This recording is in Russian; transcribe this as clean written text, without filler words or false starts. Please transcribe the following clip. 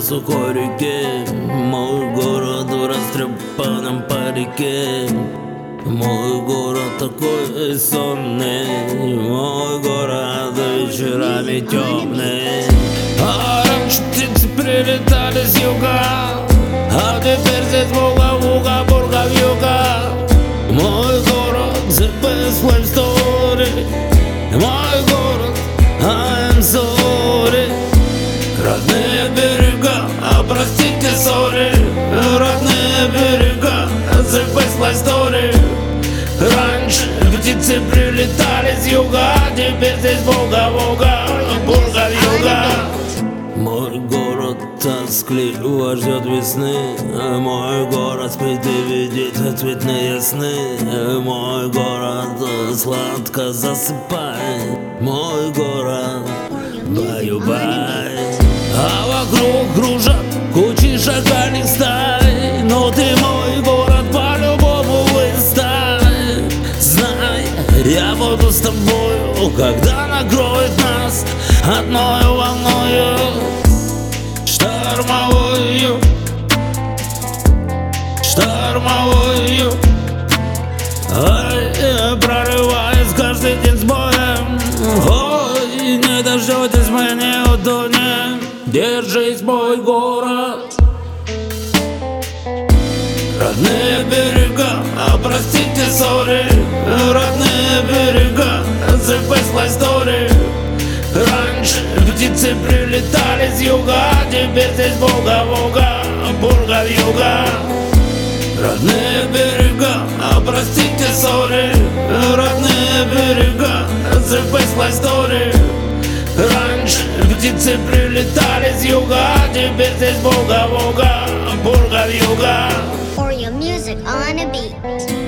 сухой реке. Мой город в растрепанном парике. Мой город такой сонный, мой город вечерами темный. А раньше птицы прилетали с юга, а теперь здесь буга-буга, бурга-вьюга. Мой город the best life story. Мой город I am sorry. Родные берега, простите, сори. Родные берега the best life story. Раньше птицы прилетали с юга, теперь здесь буга-буга, бурга-вьюга. Мой город тоскливо ждет весны. Мой город спит и видит цветные сны. Мой город сладко засыпает. Мой город баю-бай. А вокруг кружат кучи шакальных стай. Но ты мой город по-любому выстай. Знай, я буду с тобою, когда накроет нас одною волною штормовую, штормовую. Ой, прорываясь каждый день с боем. Ой, не дождетесь, мы не утонем. Держись, мой город. Родные берега, простите, сори. Родные берега the best life story. Раньше птицы прилетали с юга, теперь здесь буга-буга, бурга-вьюга. Родные берега, простите, сори. Родные берега the best life story. Раньше птицы прилетали с юга, теперь здесь буга-буга, бурга-вьюга. Or your music on a beat.